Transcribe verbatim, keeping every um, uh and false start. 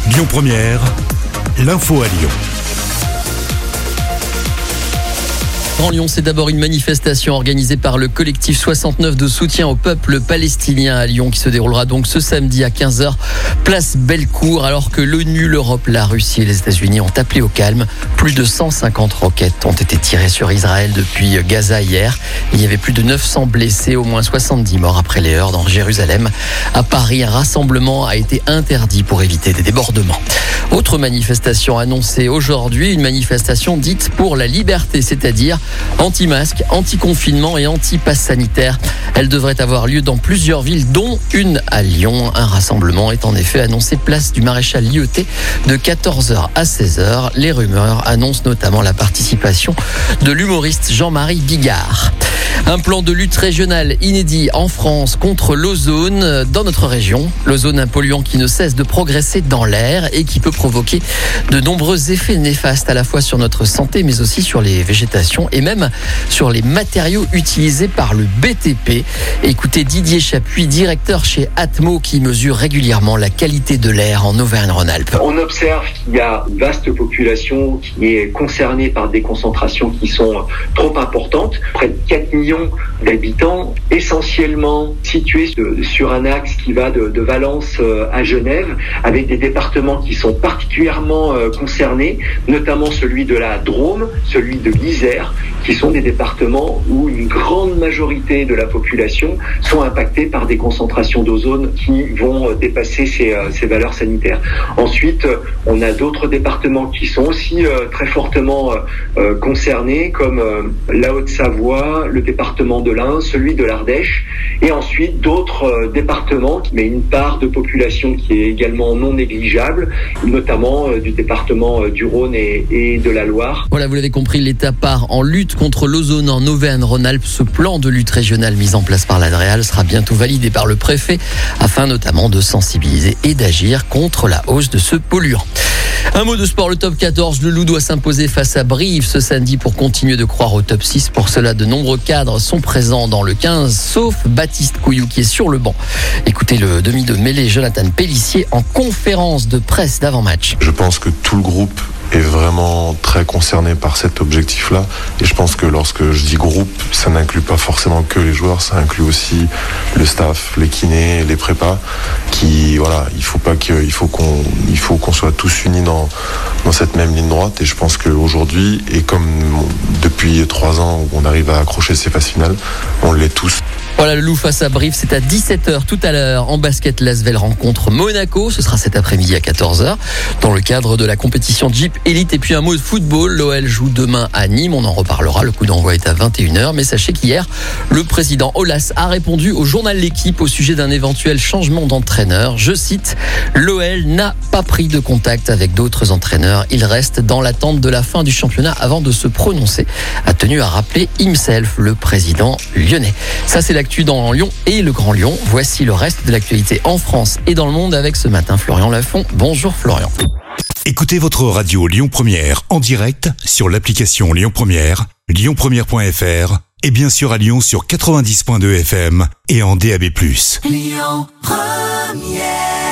Lyon Première, l'info à Lyon. En Lyon, c'est d'abord une manifestation organisée par le collectif soixante-neuf de soutien au peuple palestinien à Lyon qui se déroulera donc ce samedi à quinze heures, place Bellecour, alors que l'ONU, l'Europe, la Russie et les États-Unis ont appelé au calme. Plus de cent cinquante roquettes ont été tirées sur Israël depuis Gaza hier. Il y avait plus de neuf cents blessés, au moins soixante-dix morts après les heurts dans Jérusalem. À Paris, un rassemblement a été interdit pour éviter des débordements. Autre manifestation annoncée aujourd'hui, une manifestation dite pour la liberté, c'est-à-dire anti-masque, anti-confinement et anti-pass sanitaire. Elle devrait avoir lieu dans plusieurs villes, dont une à Lyon. Un rassemblement est en effet annoncé place du Maréchal Lyautey de quatorze heures à seize heures. Les rumeurs annoncent notamment la participation de l'humoriste Jean-Marie Bigard. Un plan de lutte régional inédit en France contre l'ozone dans notre région. L'ozone, un polluant qui ne cesse de progresser dans l'air et qui peut provoquer de nombreux effets néfastes à la fois sur notre santé mais aussi sur les végétations et même sur les matériaux utilisés par le B T P. Écoutez Didier Chapuis, directeur chez Atmo, qui mesure régulièrement la qualité de l'air en Auvergne-Rhône-Alpes. On observe qu'il y a une vaste population qui est concernée par des concentrations qui sont trop importantes. Près de quatre millions d'habitants, essentiellement situés sur un axe qui va de, de Valence à Genève, avec des départements qui sont particulièrement concernés, notamment celui de la Drôme, celui de l'Isère, qui sont des départements où une grande majorité de la population sont impactés par des concentrations d'ozone qui vont dépasser ces, ces valeurs sanitaires. Ensuite, on a d'autres départements qui sont aussi très fortement concernés, comme la Haute-Savoie, le département de l'Ain, celui de l'Ardèche, et ensuite d'autres départements, mais une part de population qui est également non négligeable, notamment du département du Rhône et, et de la Loire. Voilà, vous l'avez compris, l'État part en lutte contre l'ozone en Auvergne-Rhône-Alpes. Ce plan de lutte régionale mis en place par l'Adréal sera bientôt validé par le préfet, afin notamment de sensibiliser et d'agir contre la hausse de ce polluant. Un mot de sport, le top quatorze. Le Loup doit s'imposer face à Brive ce samedi pour continuer de croire au top six. Pour cela, de nombreux cadres sont présents dans le quinze, sauf Baptiste Couillou qui est sur le banc. Écoutez le demi de mêlée Jonathan Pélissier en conférence de presse d'avant-match. Je pense que tout le groupe est vraiment très concerné par cet objectif-là. Et je pense que lorsque je dis groupe, ça n'inclut pas forcément que les joueurs, ça inclut aussi le staff, les kinés, les prépas, qui, voilà, il faut pas que, il faut qu'on, il faut qu'on soit tous unis dans, dans cette même ligne droite. Et je pense qu'aujourd'hui, et comme depuis trois ans où on arrive à accrocher ces phases finales, on l'est tous. Voilà, le Loup face à Brive, c'est à dix-sept heures tout à l'heure. En basket, l'Asvel rencontre Monaco. Ce sera cet après-midi à quatorze heures dans le cadre de la compétition Jeep Elite. Et puis un mot de football, l'O L joue demain à Nîmes. On en reparlera, le coup d'envoi est à vingt et une heures. Mais sachez qu'hier, le président Aulas a répondu au journal L'Équipe au sujet d'un éventuel changement d'entraîneur. Je cite, l'O L n'a pas pris de contact avec d'autres entraîneurs. Il reste dans l'attente de la fin du championnat avant de se prononcer, a tenu à rappeler himself le président lyonnais. Ça, c'est l'actu dans Lyon et le Grand Lyon. Voici le reste de l'actualité en France et dans le monde avec ce matin Florian Lafont. Bonjour Florian. Écoutez votre radio Lyon Première en direct sur l'application Lyon Première, lyon première point f r et bien sûr à Lyon sur quatre-vingt-dix point deux F M et en D A B plus. Lyon Première.